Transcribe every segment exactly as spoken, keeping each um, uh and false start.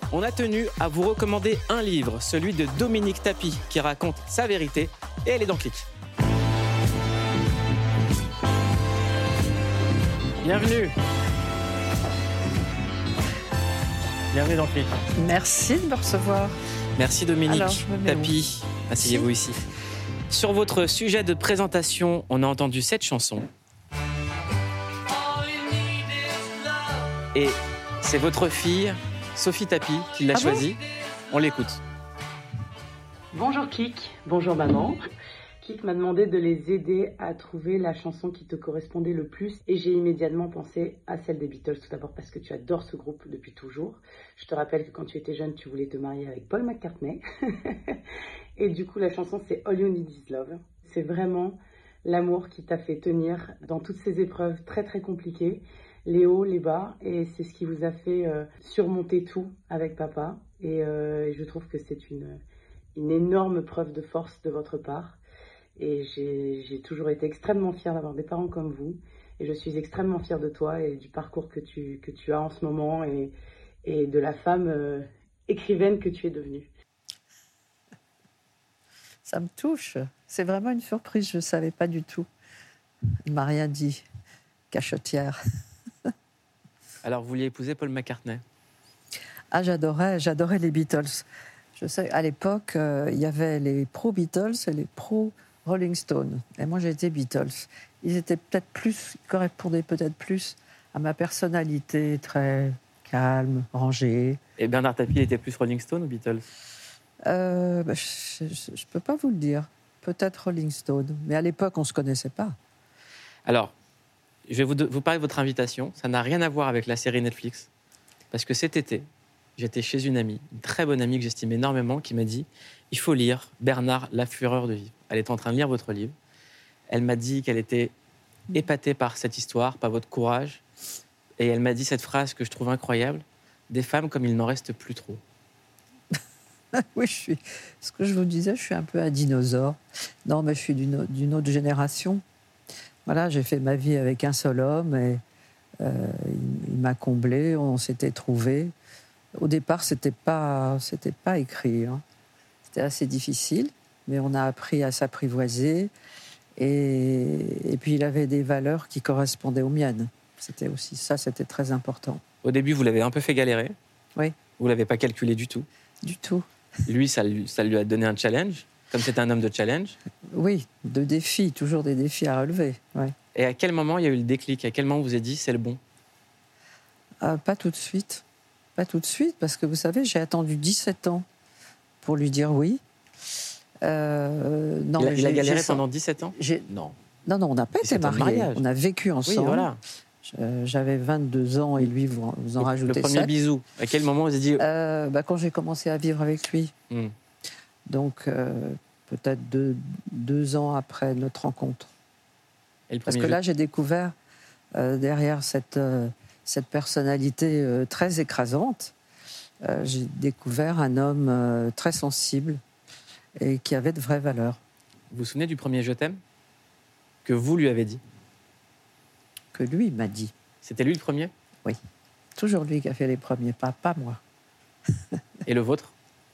on a tenu à vous recommander un livre, celui de Dominique Tapie, qui raconte sa vérité, et elle est dans Click. Bienvenue. Bienvenue dans Click. Merci de me recevoir. Merci Dominique Alors, je me mets Tapie. Asseyez-vous ici. Sur votre sujet de présentation, on a entendu cette chanson. Et c'est votre fille, Sophie Tapie, qui l'a Ah bon choisie. On l'écoute. Bonjour Kik, bonjour maman. Kik m'a demandé de les aider à trouver la chanson qui te correspondait le plus et j'ai immédiatement pensé à celle des Beatles, tout d'abord parce que tu adores ce groupe depuis toujours. Je te rappelle que quand tu étais jeune, tu voulais te marier avec Paul McCartney. Et du coup, la chanson, c'est All You Need Is Love. C'est vraiment l'amour qui t'a fait tenir dans toutes ces épreuves très très compliquées, les hauts, les bas, et c'est ce qui vous a fait euh, surmonter tout avec papa. Et euh, je trouve que c'est une, une énorme preuve de force de votre part. Et j'ai, j'ai toujours été extrêmement fière d'avoir des parents comme vous. Et je suis extrêmement fière de toi et du parcours que tu, que tu as en ce moment et, et de la femme euh, écrivaine que tu es devenue. Ça me touche. C'est vraiment une surprise, je ne savais pas du tout. Il ne m'a rien dit. Cachetière. Alors, vous vouliez épouser Paul McCartney? Ah, j'adorais, j'adorais les Beatles. Je sais, à l'époque, euh, il y avait les pro-Beatles et les pro-Rolling Stones. Et moi, j'étais Beatles. Ils étaient peut-être plus, ils correspondaient peut-être plus à ma personnalité très calme, rangée. Et Bernard Tapie était plus Rolling Stone ou Beatles? euh, bah, Je ne peux pas vous le dire. Peut-être Rolling Stone. Mais à l'époque, on ne se connaissait pas. Alors, je vais vous, de, vous parler de votre invitation. Ça n'a rien à voir avec la série Netflix. Parce que cet été, j'étais chez une amie, une très bonne amie que j'estime énormément, qui m'a dit « Il faut lire Bernard, la fureur de vivre ». Elle était en train de lire votre livre. Elle m'a dit qu'elle était épatée par cette histoire, par votre courage. Et elle m'a dit cette phrase que je trouve incroyable « Des femmes comme il n'en reste plus trop ». Oui, je suis. Ce que je vous disais, je suis un peu un dinosaure. Non, mais je suis d'une, d'une autre génération. Voilà, j'ai fait ma vie avec un seul homme et euh, il, il m'a comblé, on s'était trouvés. Au départ, c'était pas, c'était pas écrit. Hein. C'était assez difficile, mais on a appris à s'apprivoiser. Et, et puis, il avait des valeurs qui correspondaient aux miennes. C'était aussi ça, c'était très important. Au début, vous l'avez un peu fait galérer. Oui. Vous ne l'avez pas calculé du tout. Du tout. Lui, ça lui, ça lui a donné un challenge, comme c'est un homme de challenge. Oui, de défis, toujours des défis à relever. Ouais. Et à quel moment il y a eu le déclic? À quel moment vous vous êtes dit c'est le bon? euh, Pas tout de suite. Pas tout de suite, parce que vous savez, j'ai attendu dix-sept ans pour lui dire oui. Euh, non, il a, mais il a j'ai, galéré j'ai, pendant dix-sept ans? j'ai, Non. Non, non, on n'a pas été mariés. On a vécu ensemble. Oui, voilà. J'avais vingt-deux ans et lui, vous, vous en le, rajoutez Le premier sept. bisou, à quel moment vous avez dit... euh, bah, Quand j'ai commencé à vivre avec lui. Hmm. Donc, euh, peut-être deux, deux ans après notre rencontre. Et le Parce que jeu... là, j'ai découvert, euh, derrière cette, euh, cette personnalité euh, très écrasante, euh, j'ai découvert un homme euh, très sensible et qui avait de vraies valeurs. Vous vous souvenez du premier « je t'aime » que vous lui avez dit? Que lui m'a dit. C'était lui le premier? Oui. Toujours lui qui a fait les premiers pas, pas moi. Et le vôtre?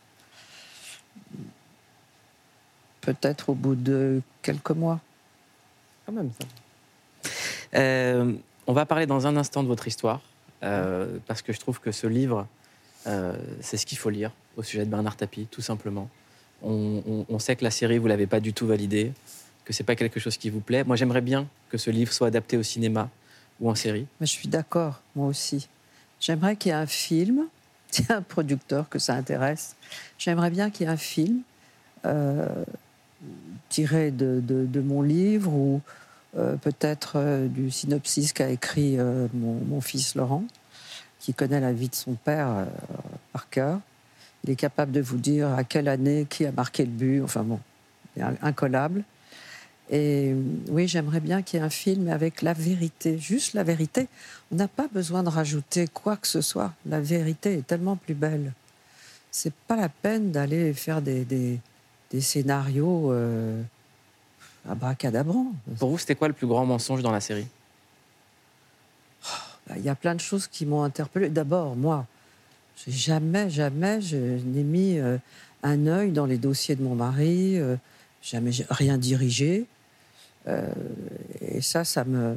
Peut-être au bout de quelques mois. Quand même, ça. Euh, on va parler dans un instant de votre histoire, euh, parce que je trouve que ce livre, euh, c'est ce qu'il faut lire au sujet de Bernard Tapie, tout simplement. On, on, on sait que la série, vous ne l'avez pas du tout validée, que ce n'est pas quelque chose qui vous plaît. Moi, j'aimerais bien que ce livre soit adapté au cinéma ou en série. Mais je suis d'accord, moi aussi. J'aimerais qu'il y ait un film, s'il y a un producteur que ça intéresse, j'aimerais bien qu'il y ait un film euh, tiré de, de, de mon livre ou euh, peut-être euh, du synopsis qu'a écrit euh, mon, mon fils Laurent, qui connaît la vie de son père euh, par cœur. Il est capable de vous dire à quelle année, qui a marqué le but, enfin bon, il est incollable. Et oui, j'aimerais bien qu'il y ait un film avec la vérité, juste la vérité. On n'a pas besoin de rajouter quoi que ce soit. La vérité est tellement plus belle. C'est pas la peine d'aller faire des, des, des scénarios euh, abracadabrants. Pour vous, c'était quoi le plus grand mensonge dans la série? Il y a plein de choses qui m'ont interpellée. D'abord, moi, J'ai jamais, jamais, je n'ai mis euh, un œil dans les dossiers de mon mari, euh, jamais j'ai rien dirigé. Euh, et ça, ça me,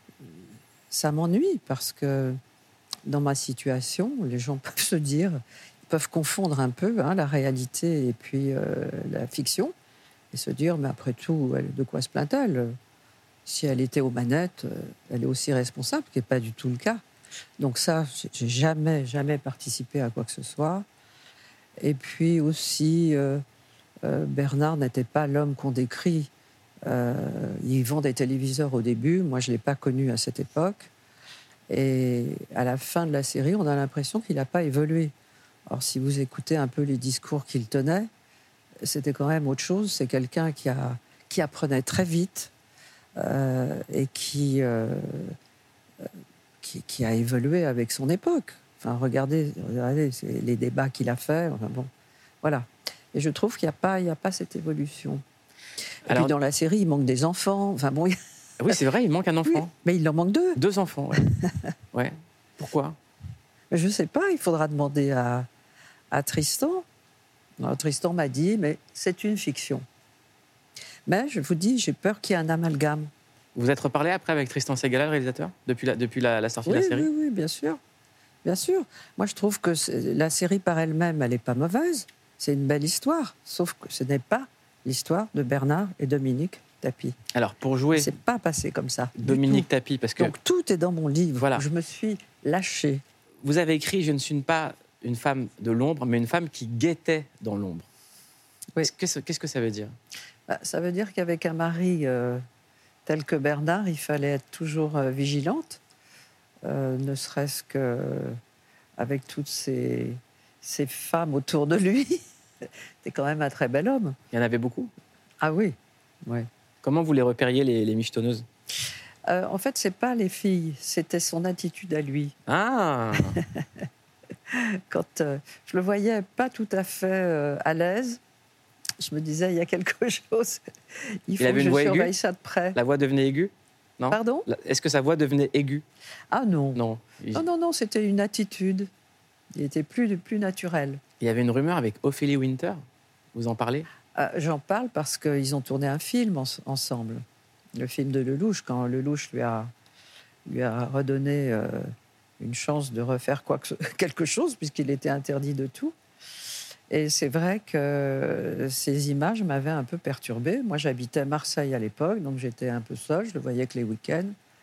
ça m'ennuie parce que dans ma situation, les gens peuvent se dire, ils peuvent confondre un peu hein, la réalité et puis euh, la fiction et se dire, mais après tout, elle, de quoi se plaint-elle ? Si elle était aux manettes, elle est aussi responsable, ce qui n'est pas du tout le cas. Donc ça, j'ai jamais, jamais participé à quoi que ce soit. Et puis aussi, euh, euh, Bernard n'était pas l'homme qu'on décrit. Euh, il vend des téléviseurs au début. Moi, je ne l'ai pas connu à cette époque. Et à la fin de la série, on a l'impression qu'il n'a pas évolué. Alors, si vous écoutez un peu les discours qu'il tenait, c'était quand même autre chose. C'est quelqu'un qui, a, qui apprenait très vite euh, et qui... Euh, Qui, qui a évolué avec son époque. Enfin, regardez, regardez c'est les débats qu'il a faits. Enfin, bon, voilà. Et je trouve qu'il n'y a pas, il n'y a pas cette évolution. Et Alors, puis dans la série, il manque des enfants. Enfin bon. Il... Oui, c'est vrai, il manque un enfant. Oui, mais il en manque deux. Deux enfants. Ouais. Ouais. Pourquoi ? Je ne sais pas. Il faudra demander à, à Tristan. Alors, Tristan m'a dit, mais c'est une fiction. Mais je vous dis, j'ai peur qu'il y ait un amalgame. Vous êtes reparlé après avec Tristan Segala, le réalisateur, depuis la, depuis la, la sortie oui, de la série ? Oui, oui, bien sûr. Bien sûr. Moi, je trouve que la série par elle-même, elle n'est pas mauvaise. C'est une belle histoire. Sauf que ce n'est pas l'histoire de Bernard et Dominique Tapie. Alors, pour jouer... C'est pas passé comme ça. Dominique Tapie, parce que... Donc, tout est dans mon livre. Voilà. Je me suis lâchée. Vous avez écrit « Je ne suis pas une femme de l'ombre, mais une femme qui guettait dans l'ombre ». Oui. Qu'est-ce, qu'est-ce que ça veut dire ? Bah, ça veut dire qu'avec un mari... Euh, tel que Bernard, il fallait être toujours euh, vigilante, euh, ne serait-ce qu'avec toutes ces, ces femmes autour de lui. C'était quand même un très bel homme. Il y en avait beaucoup ? Ah oui, oui. Comment vous les repériez, les, les michetonneuses ? euh, En fait, c'est pas les filles, c'était son attitude à lui. Ah Quand euh, je le voyais pas tout à fait euh, à l'aise, je me disais, il y a quelque chose. Il faut il que je surveille aiguë. Ça de près. La voix devenait aiguë ? Non. Pardon ? Est-ce que sa voix devenait aiguë ? Ah non. Non, il... non, non, non, c'était une attitude. Il était plus, plus naturel. Il y avait une rumeur avec Ophélie Winter. Vous en parlez ? euh, J'en parle parce qu'ils ont tourné un film en, ensemble. Le film de Lelouch, quand Lelouch lui a, lui a redonné euh, une chance de refaire quoi que, quelque chose, puisqu'il était interdit de tout. Et c'est vrai que ces images m'avaient un peu perturbée. Moi, j'habitais à Marseille à l'époque, donc j'étais un peu seule, je le voyais que les week-ends.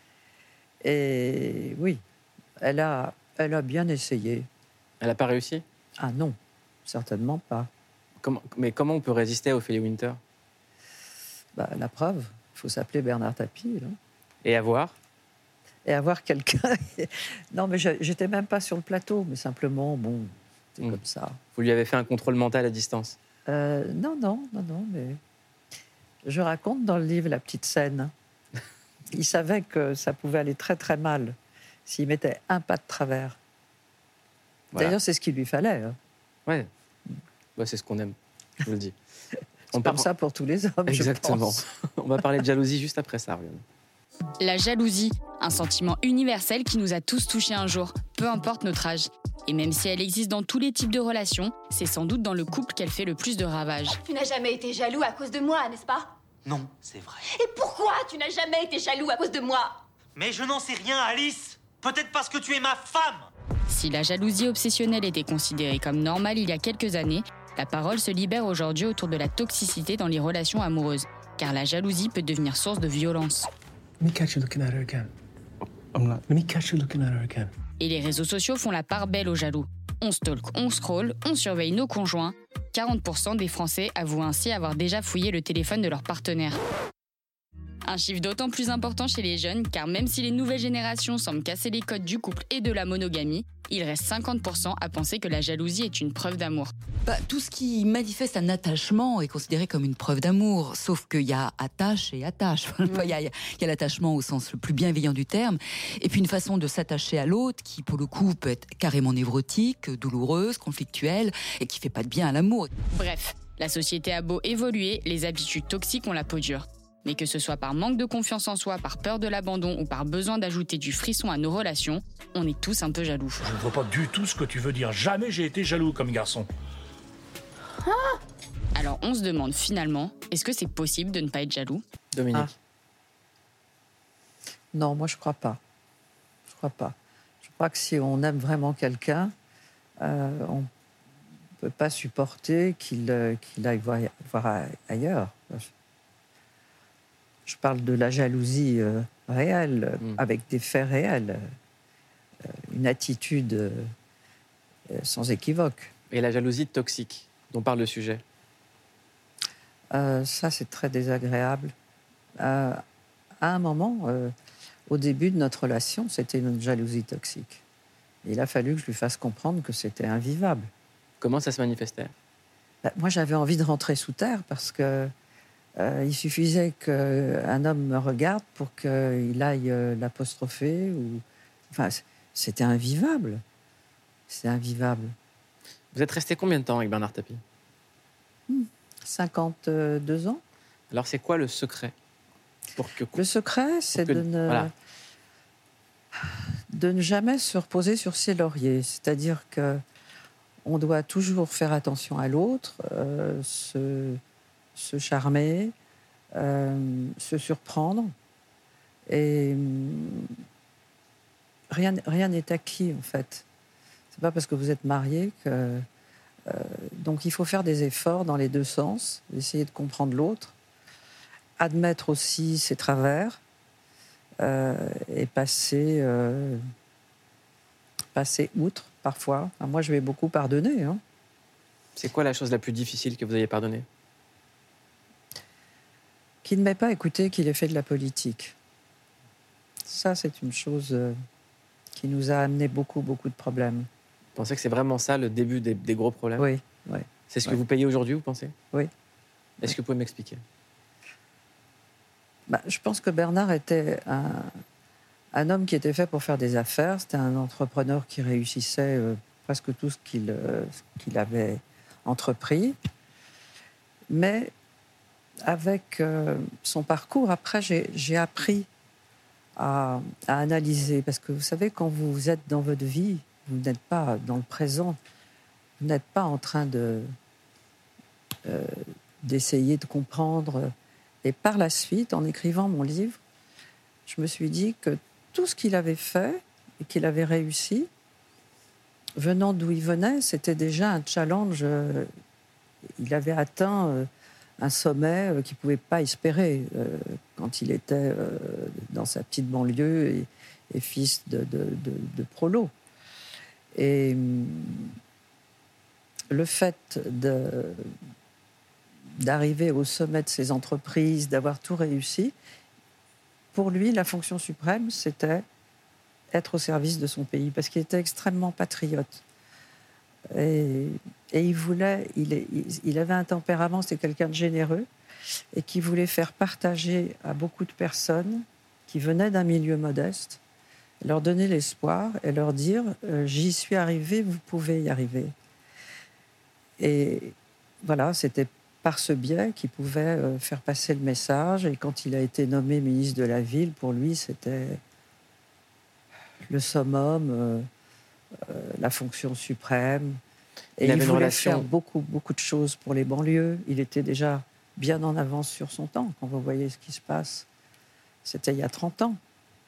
Et oui, elle a, elle a bien essayé. Elle n'a pas réussi ? Ah non, certainement pas. Comment, mais comment on peut résister à Ophélie Winter ? Bah, la preuve, il faut s'appeler Bernard Tapie. Là. Et avoir ? Et avoir quelqu'un... Non, mais j'étais même pas sur le plateau, mais simplement, bon... C'est mmh. comme ça. Vous lui avez fait un contrôle mental à distance ? euh, Non, non, non, non, mais je raconte dans le livre la petite scène. Il savait que ça pouvait aller très très mal s'il mettait un pas de travers. Voilà. D'ailleurs, c'est ce qu'il lui fallait. Hein. Ouais. ouais, c'est ce qu'on aime, je vous le dis. C'est On comme par... ça pour tous les hommes, Exactement. je pense. On va parler de jalousie juste après ça, Ariane. La jalousie, un sentiment universel qui nous a tous touchés un jour, peu importe notre âge. Et même si elle existe dans tous les types de relations, c'est sans doute dans le couple qu'elle fait le plus de ravages. Tu n'as jamais été jaloux à cause de moi, n'est-ce pas ? Non, c'est vrai. Et pourquoi tu n'as jamais été jaloux à cause de moi ? Mais je n'en sais rien, Alice. Peut-être parce que tu es ma femme. Si la jalousie obsessionnelle était considérée comme normale il y a quelques années, la parole se libère aujourd'hui autour de la toxicité dans les relations amoureuses. Car la jalousie peut devenir source de violence. Let me catch you looking at her again. I'm not. Let me catch you looking at her again. Et les réseaux sociaux font la part belle aux jaloux. On stalk, on scroll, on surveille nos conjoints. quarante pour cent des Français avouent ainsi avoir déjà fouillé le téléphone de leur partenaire. Un chiffre d'autant plus important chez les jeunes, car même si les nouvelles générations semblent casser les codes du couple et de la monogamie, il reste cinquante pour cent à penser que la jalousie est une preuve d'amour. Bah, tout ce qui manifeste un attachement est considéré comme une preuve d'amour, sauf qu'il y a attache et attache. Il y a, il y a l'attachement au sens le plus bienveillant du terme, et puis une façon de s'attacher à l'autre qui, pour le coup, peut être carrément névrotique, douloureuse, conflictuelle, et qui fait pas de bien à l'amour. Bref, la société a beau évoluer, les habitudes toxiques ont la peau dure. Mais que ce soit par manque de confiance en soi, par peur de l'abandon ou par besoin d'ajouter du frisson à nos relations, on est tous un peu jaloux. Je ne vois pas du tout ce que tu veux dire. Jamais j'ai été jaloux comme garçon. Ah Alors on se demande finalement, est-ce que c'est possible de ne pas être jaloux ? Dominique. Ah. Non, moi je crois pas. Je crois pas. Je crois que si on aime vraiment quelqu'un, euh, on ne peut pas supporter qu'il, euh, qu'il aille voir, voir ailleurs. Je parle de la jalousie euh, réelle, mmh. avec des faits réels, euh, une attitude euh, sans équivoque. Et la jalousie toxique dont parle le sujet ? euh, Ça, c'est très désagréable. Euh, à un moment, euh, au début de notre relation, c'était une jalousie toxique. Et il a fallu que je lui fasse comprendre que c'était invivable. Comment ça se manifestait ? Ben, moi, j'avais envie de rentrer sous terre parce que Euh, il suffisait qu'un homme me regarde pour qu'il aille euh, l'apostropher. Ou... Enfin, c'était invivable. C'était invivable. Vous êtes resté combien de temps avec Bernard Tapie ? hmm, cinquante-deux ans. Alors, c'est quoi le secret pour que... Le secret, c'est que... de, ne... Voilà. de ne jamais se reposer sur ses lauriers. C'est-à-dire qu'on doit toujours faire attention à l'autre, euh, se... se charmer, euh, se surprendre. Et euh, rien, rien n'est acquis, en fait. C'est pas parce que vous êtes marié que... Euh, donc, il faut faire des efforts dans les deux sens, essayer de comprendre l'autre, admettre aussi ses travers euh, et passer, euh, passer outre, parfois. Enfin, moi, je vais beaucoup pardonner. Hein. C'est quoi la chose la plus difficile que vous ayez pardonnée ? Qu'il ne m'ait pas écouté, qu'il ait fait de la politique. Ça, c'est une chose euh, qui nous a amené beaucoup, beaucoup de problèmes. Vous pensez que c'est vraiment ça, le début des, des gros problèmes ? Oui, oui. C'est ce que oui. vous payez aujourd'hui, vous pensez ? Oui. Est-ce oui. que vous pouvez m'expliquer ? bah, Je pense que Bernard était un, un homme qui était fait pour faire des affaires. C'était un entrepreneur qui réussissait euh, presque tout ce qu'il, euh, ce qu'il avait entrepris. Mais... avec euh, son parcours, après, j'ai, j'ai appris à, à analyser. Parce que vous savez, quand vous êtes dans votre vie, vous n'êtes pas dans le présent, vous n'êtes pas en train de, euh, d'essayer de comprendre. Et par la suite, en écrivant mon livre, je me suis dit que tout ce qu'il avait fait et qu'il avait réussi, venant d'où il venait, c'était déjà un challenge. Euh, il avait atteint... Euh, un sommet euh, qu'il ne pouvait pas espérer euh, quand il était euh, dans sa petite banlieue et, et fils de, de, de, de prolo. Et hum, le fait de, d'arriver au sommet de ses entreprises, d'avoir tout réussi, pour lui, la fonction suprême, c'était être au service de son pays, parce qu'il était extrêmement patriote. Et, et il voulait, il, il, il avait un tempérament, c'était quelqu'un de généreux, et qui voulait faire partager à beaucoup de personnes qui venaient d'un milieu modeste, leur donner l'espoir et leur dire euh, « j'y suis arrivé, vous pouvez y arriver ». Et voilà, c'était par ce biais qu'il pouvait euh, faire passer le message. Et quand il a été nommé ministre de la Ville, pour lui, c'était le summum, euh, euh, la fonction suprême. Et il, il voulait relation... faire beaucoup, beaucoup de choses pour les banlieues. Il était déjà bien en avance sur son temps. Quand vous voyez ce qui se passe, c'était il y a trente ans.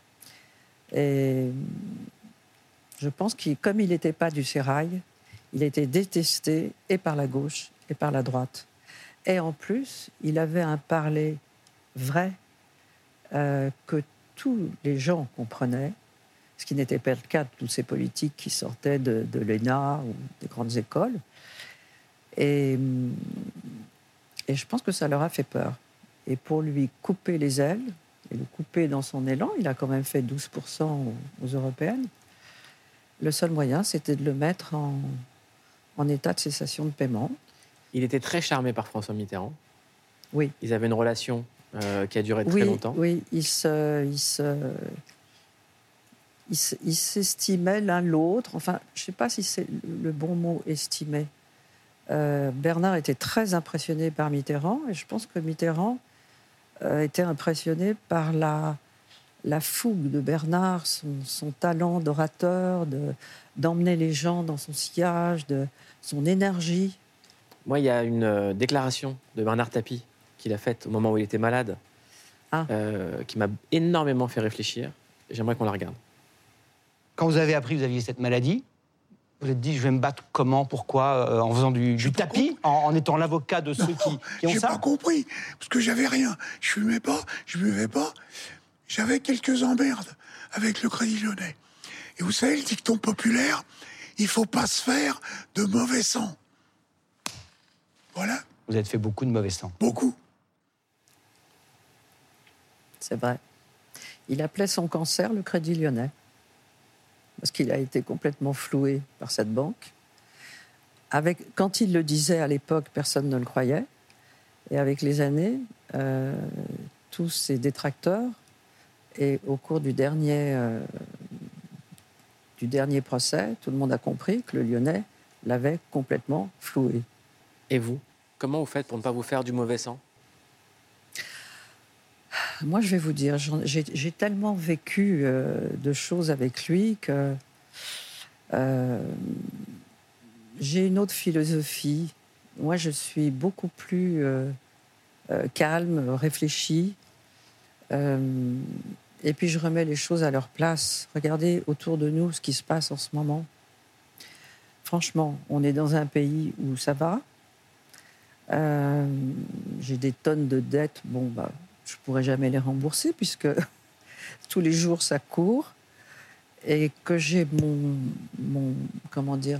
Et je pense que comme il n'était pas du sérail, il était détesté et par la gauche et par la droite. Et en plus, il avait un parler vrai euh, que tous les gens comprenaient, ce qui n'était pas le cas de tous ces politiques qui sortaient de, de l'E N A ou des grandes écoles. Et, et je pense que ça leur a fait peur. Et pour lui couper les ailes, et le couper dans son élan, il a quand même fait douze pour cent aux, aux européennes, le seul moyen, c'était de le mettre en, en état de cessation de paiement. Il était très charmé par François Mitterrand. Oui. Ils avaient une relation euh, qui a duré très oui, longtemps. Oui, ils se... Ils se Ils s'estimaient l'un l'autre. Enfin, je ne sais pas si c'est le bon mot, estimer. Euh, Bernard était très impressionné par Mitterrand, et je pense que Mitterrand euh, été impressionné par la, la fougue de Bernard, son, son talent d'orateur, de, d'emmener les gens dans son sillage, de son énergie. Moi, il y a une euh, déclaration de Bernard Tapie qu'il a faite au moment où il était malade, ah. euh, qui m'a énormément fait réfléchir. J'aimerais qu'on la regarde. Quand vous avez appris que vous aviez cette maladie, vous vous êtes dit, je vais me battre comment, pourquoi, euh, en faisant du, du tapis, en, en étant l'avocat de ceux non, qui, qui ont j'ai ça? J'ai pas compris, parce que j'avais rien. Je fumais pas, je buvais pas. J'avais quelques emmerdes avec le Crédit Lyonnais. Et vous savez, le dicton populaire, il faut pas se faire de mauvais sang. Voilà. Vous avez fait beaucoup de mauvais sang. Beaucoup. C'est vrai. Il appelait son cancer le Crédit Lyonnais. Parce qu'il a été complètement floué par cette banque. Avec, quand il le disait à l'époque, personne ne le croyait. Et avec les années, euh, tous ses détracteurs, et au cours du dernier, euh, du dernier procès, tout le monde a compris que le Lyonnais l'avait complètement floué. Et vous, comment vous faites pour ne pas vous faire du mauvais sang? Moi, je vais vous dire, j'ai, j'ai tellement vécu euh, de choses avec lui que euh, j'ai une autre philosophie. Moi, je suis beaucoup plus euh, euh, calme, réfléchie. Euh, et puis, je remets les choses à leur place. Regardez autour de nous ce qui se passe en ce moment. Franchement, on est dans un pays où ça va. Euh, j'ai des tonnes de dettes. Bon, bah... je ne pourrai jamais les rembourser puisque tous les jours, ça court. Et que j'ai mon, mon... Comment dire...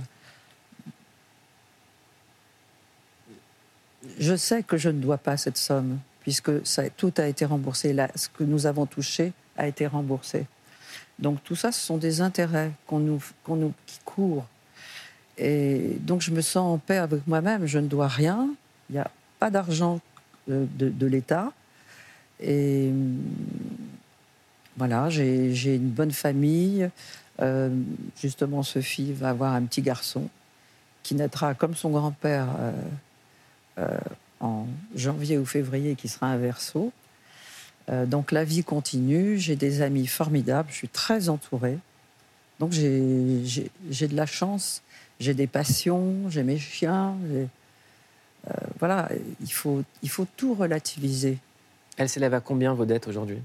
Je sais que je ne dois pas cette somme puisque ça, tout a été remboursé. Là, ce que nous avons touché a été remboursé. Donc tout ça, ce sont des intérêts qu'on nous, qu'on nous, qui courent. Et donc je me sens en paix avec moi-même. Je ne dois rien. Il n'y a pas d'argent de, de, de l'État. Et voilà, j'ai, j'ai une bonne famille. Euh, justement, Sophie va avoir un petit garçon qui naîtra comme son grand-père euh, euh, en janvier ou février, qui sera un Verseau. Euh, donc la vie continue. J'ai des amis formidables. Je suis très entourée. Donc j'ai, j'ai, j'ai de la chance. J'ai des passions. J'ai mes chiens. J'ai, euh, voilà, il faut, il faut tout relativiser. Elle s'élève à combien, vos dettes, aujourd'hui?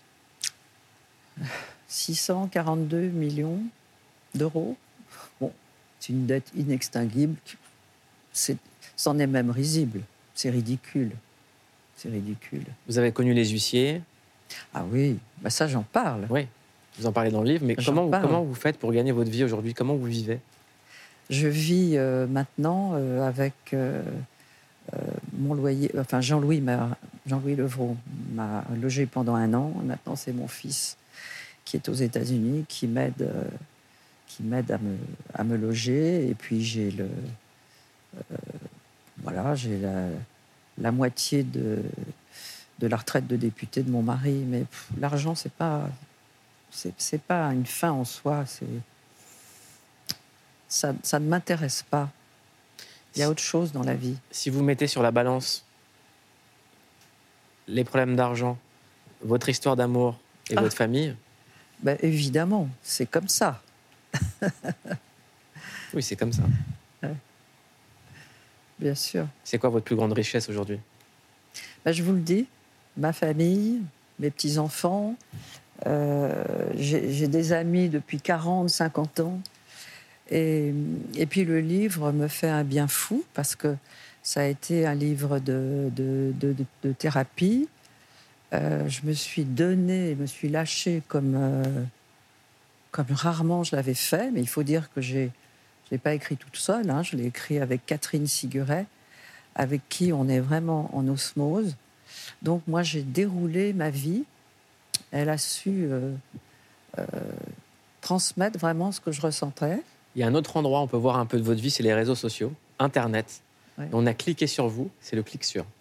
six cent quarante-deux millions d'euros. Bon, c'est une dette inextinguible. C'est, c'en est même risible. C'est ridicule. C'est ridicule. Vous avez connu les huissiers? Ah oui, bah ça, j'en parle. Oui, vous en parlez dans le livre. Mais comment vous, comment vous faites pour gagner votre vie aujourd'hui? Comment vous vivez? Je vis euh, maintenant euh, avec... Euh, Euh, mon loyer, enfin Jean-Louis, m'a, Jean-Louis Levrault m'a logé pendant un an. Maintenant, c'est mon fils qui est aux États-Unis qui m'aide, euh, qui m'aide à me, à me loger. Et puis j'ai le, euh, voilà, j'ai la, la moitié de, de la retraite de député de mon mari. Mais pff, l'argent, c'est pas, c'est, c'est pas une fin en soi. C'est, ça, ça ne m'intéresse pas. Il y a autre chose dans la vie. Si vous mettez sur la balance les problèmes d'argent, votre histoire d'amour et ah. votre famille... Ben, évidemment, c'est comme ça. Oui, c'est comme ça. Ouais. Bien sûr. C'est quoi votre plus grande richesse aujourd'hui? Ben, je vous le dis, ma famille, mes petits-enfants, euh, j'ai, j'ai des amis depuis quarante, cinquante ans. Et, et puis le livre me fait un bien fou parce que ça a été un livre de, de, de, de, de thérapie. Euh, je me suis donnée, je me suis lâchée comme, euh, comme rarement je l'avais fait. Mais il faut dire que j'ai, je ne l'ai pas écrit toute seule. Hein, je l'ai écrit avec Catherine Siguret, avec qui on est vraiment en osmose. Donc moi, j'ai déroulé ma vie. Elle a su euh, euh, transmettre vraiment ce que je ressentais. Il y a un autre endroit où on peut voir un peu de votre vie, c'est les réseaux sociaux, Internet. Ouais. On a cliqué sur vous, c'est le clic sur.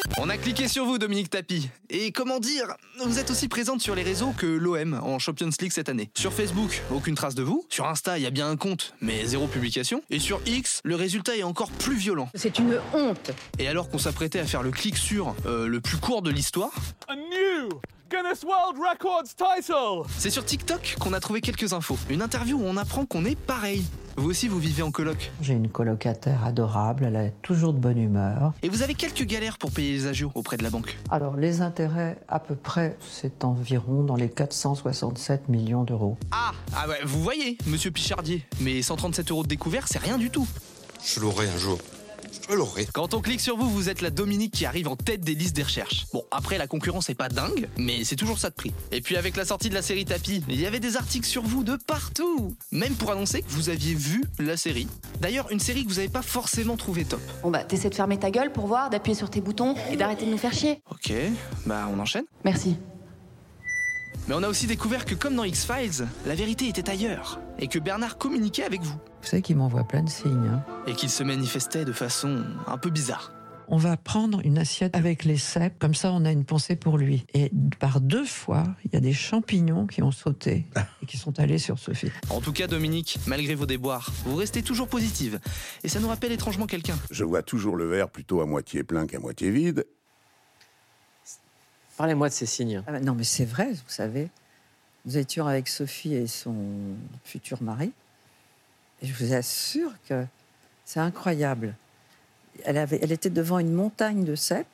On a cliqué sur vous, Dominique Tapie. Et comment dire, vous êtes aussi présente sur les réseaux que l'O M en Champions League cette année. Sur Facebook, aucune trace de vous. Sur Insta, il y a bien un compte, mais zéro publication. Et sur X, le résultat est encore plus violent. C'est une honte. Et alors qu'on s'apprêtait à faire le clic sur euh, le plus court de l'histoire, A new Guinness World Records title. C'est sur TikTok qu'on a trouvé quelques infos. Une interview où on apprend qu'on est pareil. Vous aussi, vous vivez en coloc. J'ai une colocataire adorable, elle a toujours de bonne humeur. Et vous avez quelques galères pour payer les agios auprès de la banque. Alors, les intérêts, à peu près, c'est environ dans les quatre cent soixante-sept millions d'euros. Ah, ah ouais, vous voyez, monsieur Pichardier. Mais cent trente-sept euros de découvert, c'est rien du tout. Je l'aurai un jour. Je l'aurai. Quand on clique sur vous, vous êtes la Dominique qui arrive en tête des listes des recherches. Bon, après, la concurrence est pas dingue, mais c'est toujours ça de prix. Et puis avec la sortie de la série Tapie, il y avait des articles sur vous de partout. Même pour annoncer que vous aviez vu la série. D'ailleurs, une série que vous avez pas forcément trouvé top. Bon bah, t'essaies de fermer ta gueule pour voir, d'appuyer sur tes boutons et d'arrêter de nous faire chier. Ok, bah on enchaîne. Merci. Mais on a aussi découvert que comme dans X-Files, la vérité était ailleurs. Et que Bernard communiquait avec vous. Vous savez qu'il m'envoie plein de signes. Hein. Et qu'il se manifestait de façon un peu bizarre. On va prendre une assiette avec les cèpes, comme ça on a une pensée pour lui. Et par deux fois, il y a des champignons qui ont sauté et qui sont allés sur Sophie. En tout cas, Dominique, malgré vos déboires, vous restez toujours positive. Et ça nous rappelle étrangement quelqu'un. Je vois toujours le verre plutôt à moitié plein qu'à moitié vide. Parlez-moi de ces signes. Ah ben non, mais c'est vrai, vous savez. Nous étions avec Sophie et son futur mari. Et je vous assure que c'est incroyable. Elle, avait, elle était devant une montagne de cèpes.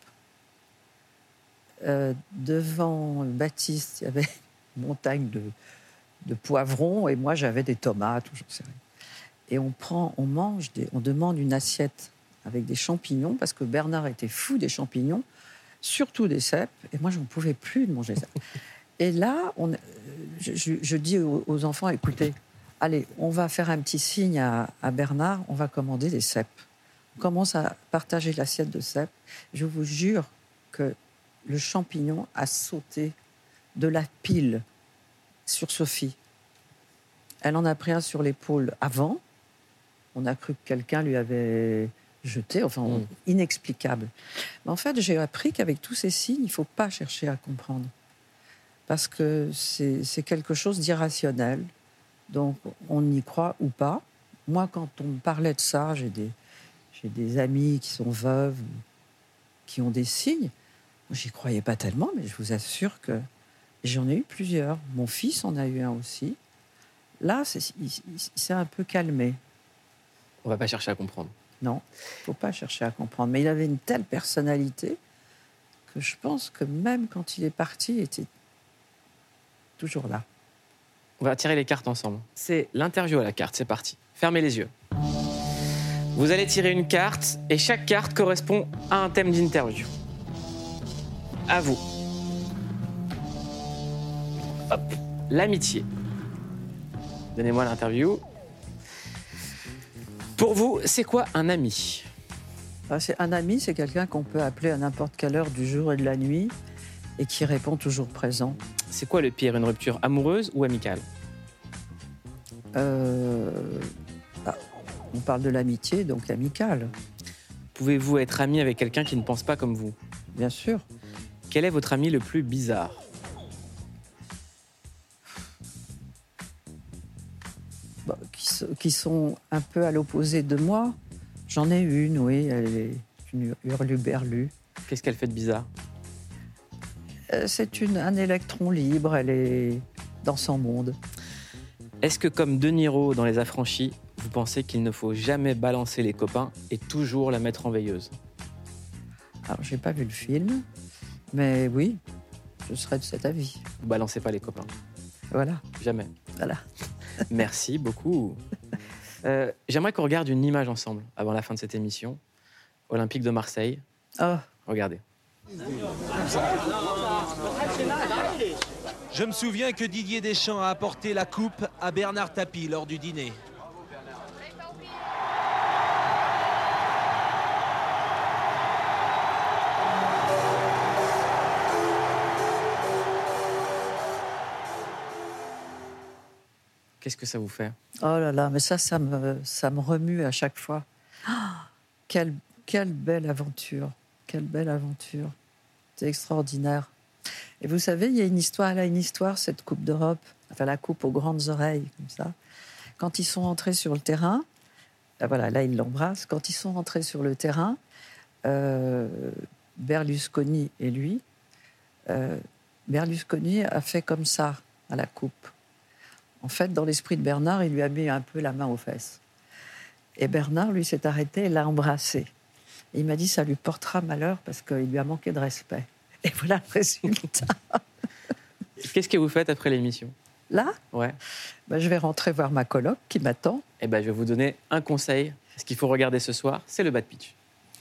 Euh, devant Baptiste, il y avait une montagne de, de poivrons. Et moi, j'avais des tomates. Ou j'en sais rien. Et on, prend, on mange, des, on demande une assiette avec des champignons, parce que Bernard était fou des champignons, surtout des cèpes. Et moi, je n'en pouvais plus de manger ça. Et là, on, je, je, je dis aux, aux enfants, écoutez, allez, on va faire un petit signe à, à Bernard, on va commander des cèpes. On commence à partager l'assiette de cèpes. Je vous jure que le champignon a sauté de la pile sur Sophie. Elle en a pris un sur l'épaule avant. On a cru que quelqu'un lui avait jeté, enfin, mmh. inexplicable. Mais en fait, j'ai appris qu'avec tous ces signes, il ne faut pas chercher à comprendre. Parce que c'est, c'est quelque chose d'irrationnel. Donc, on y croit ou pas. Moi, quand on me parlait de ça, j'ai des, j'ai des amis qui sont veuves, qui ont des signes. Moi, j'y croyais pas tellement, mais je vous assure que j'en ai eu plusieurs. Mon fils en a eu un aussi. Là, c'est, il, il s'est un peu calmé. On va pas chercher à comprendre. Non, il faut pas chercher à comprendre. Mais il avait une telle personnalité que je pense que même quand il est parti, il était toujours là. On va tirer les cartes ensemble. C'est l'interview à la carte, c'est parti. Fermez les yeux. Vous allez tirer une carte et chaque carte correspond à un thème d'interview. À vous. Hop. L'amitié. Donnez-moi l'interview. Pour vous, c'est quoi un ami ? Ah, c'est, un ami, c'est quelqu'un qu'on peut appeler à n'importe quelle heure du jour et de la nuit et qui répond toujours présent. C'est quoi le pire, une rupture amoureuse ou amicale ? euh, bah, On parle de l'amitié, donc amicale. Pouvez-vous être ami avec quelqu'un qui ne pense pas comme vous ? Bien sûr. Quel est votre ami le plus bizarre ? Bah, qui, qui sont un peu à l'opposé de moi. J'en ai une, oui, elle est une hurluberlue. Qu'est-ce qu'elle fait de bizarre ? euh, C'est une, un électron libre, elle est dans son monde. Est-ce que, comme De Niro dans Les Affranchis, vous pensez qu'il ne faut jamais balancer les copains et toujours la mettre en veilleuse ? Alors, j'ai pas vu le film, mais oui, je serais de cet avis. Vous balancez pas les copains ? Voilà. Jamais. Voilà. Merci beaucoup. Euh, j'aimerais qu'on regarde une image ensemble avant la fin de cette émission. Olympique de Marseille. Oh. Regardez. Je me souviens que Didier Deschamps a apporté la coupe à Bernard Tapie lors du dîner. Qu'est-ce que ça vous fait ? Oh là là, mais ça, ça me, ça me remue à chaque fois. Oh, quelle, quelle belle aventure. quelle belle aventure. C'est extraordinaire. Et vous savez, il y a une histoire, elle a une histoire, cette Coupe d'Europe, enfin la coupe aux grandes oreilles, comme ça. Quand ils sont entrés sur le terrain, ben voilà, là, ils l'embrassent. Quand ils sont rentrés sur le terrain, euh, Berlusconi et lui, euh, Berlusconi a fait comme ça à la coupe. En fait, dans l'esprit de Bernard, il lui a mis un peu la main aux fesses. Et Bernard, lui, s'est arrêté et l'a embrassé. Et il m'a dit, ça lui portera malheur parce qu'il lui a manqué de respect. Et voilà le résultat. Qu'est-ce que vous faites après l'émission ? Là ? Ouais. Ben, je vais rentrer voir ma coloc qui m'attend. Et ben, je vais vous donner un conseil. Ce qu'il faut regarder ce soir, c'est le Bad Pitch.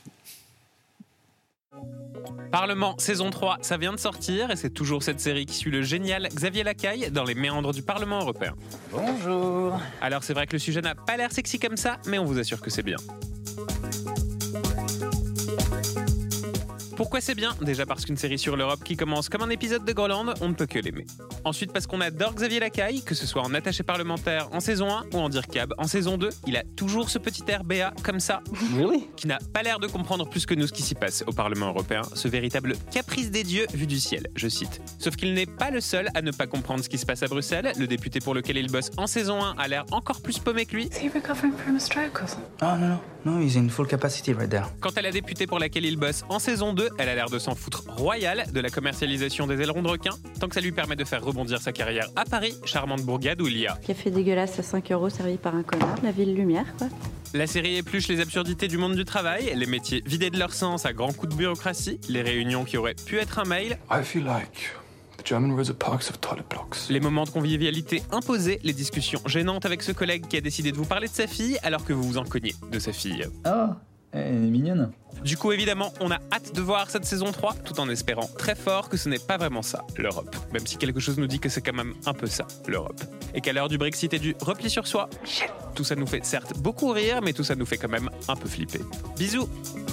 Parlement saison trois, ça vient de sortir et c'est toujours cette série qui suit le génial Xavier Lacaille dans les méandres du Parlement européen. Bonjour. Alors c'est vrai que le sujet n'a pas l'air sexy comme ça, mais on vous assure que c'est bien. Pourquoi c'est bien ? Déjà parce qu'une série sur l'Europe qui commence comme un épisode de Groland, on ne peut que l'aimer. Ensuite parce qu'on adore Xavier Lacaille, que ce soit en attaché parlementaire en saison un ou en dircab en saison deux, il a toujours ce petit air B A comme ça, really qui n'a pas l'air de comprendre plus que nous ce qui s'y passe au Parlement européen, ce véritable caprice des dieux vu du ciel, je cite. Sauf qu'il n'est pas le seul à ne pas comprendre ce qui se passe à Bruxelles, le député pour lequel il bosse en saison un a l'air encore plus paumé que lui. Is he recovering from a stroke or something? Oh no, no, no, he's in full capacity right there. Quant à la députée pour laquelle il bosse en saison deux, elle a l'air de s'en foutre royal de la commercialisation des ailerons de requin, tant que ça lui permet de faire rebondir sa carrière à Paris, charmante bourgade où il y a café dégueulasse à cinq euros servi par un connard, la ville lumière, quoi. La série épluche les absurdités du monde du travail, les métiers vidés de leur sens à grands coups de bureaucratie, les réunions qui auraient pu être un mail. I feel like the German Rosa Parks of toilet blocks. Les moments de convivialité imposés, les discussions gênantes avec ce collègue qui a décidé de vous parler de sa fille alors que vous vous en cognez de sa fille. Oh, elle est mignonne. Du coup, évidemment, on a hâte de voir cette saison trois, tout en espérant très fort que ce n'est pas vraiment ça, l'Europe. Même si quelque chose nous dit que c'est quand même un peu ça, l'Europe. Et qu'à l'heure du Brexit et du repli sur soi, tout ça nous fait certes beaucoup rire, mais tout ça nous fait quand même un peu flipper. Bisous.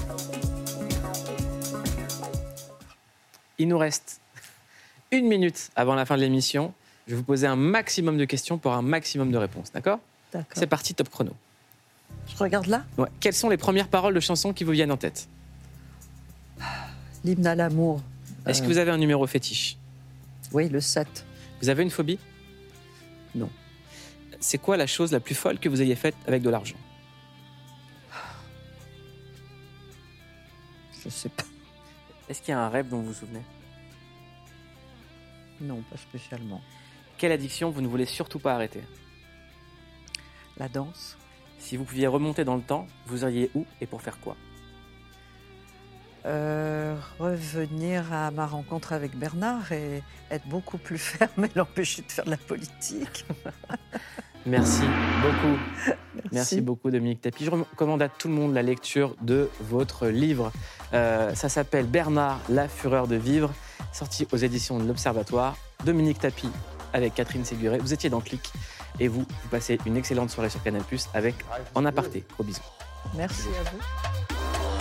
Il nous reste une minute avant la fin de l'émission. Je vais vous poser un maximum de questions pour un maximum de réponses, d'accord ? D'accord. C'est parti, top chrono. Je regarde là ? Ouais. Quelles sont les premières paroles de chansons qui vous viennent en tête ? L'hymne à l'amour. Est-ce Euh, que vous avez un numéro fétiche ? Oui, le sept. Vous avez une phobie ? Non. C'est quoi la chose la plus folle que vous ayez faite avec de l'argent ? Je sais pas. Est-ce qu'il y a un rêve dont vous vous souvenez ? Non, pas spécialement. Quelle addiction vous ne voulez surtout pas arrêter ? La danse. Si vous pouviez remonter dans le temps, vous iriez où et pour faire quoi ? Euh, revenir à ma rencontre avec Bernard et être beaucoup plus ferme et l'empêcher de faire de la politique. Merci beaucoup. Merci. Merci beaucoup, Dominique Tapie. Je recommande à tout le monde la lecture de votre livre. Euh, ça s'appelle Bernard, la fureur de vivre, sorti aux éditions de l'Observatoire. Dominique Tapie avec Catherine Séguré. Vous étiez dans Click et vous, vous passez une excellente soirée sur Canal plus, avec En Aparté. Gros bisous. Merci à vous.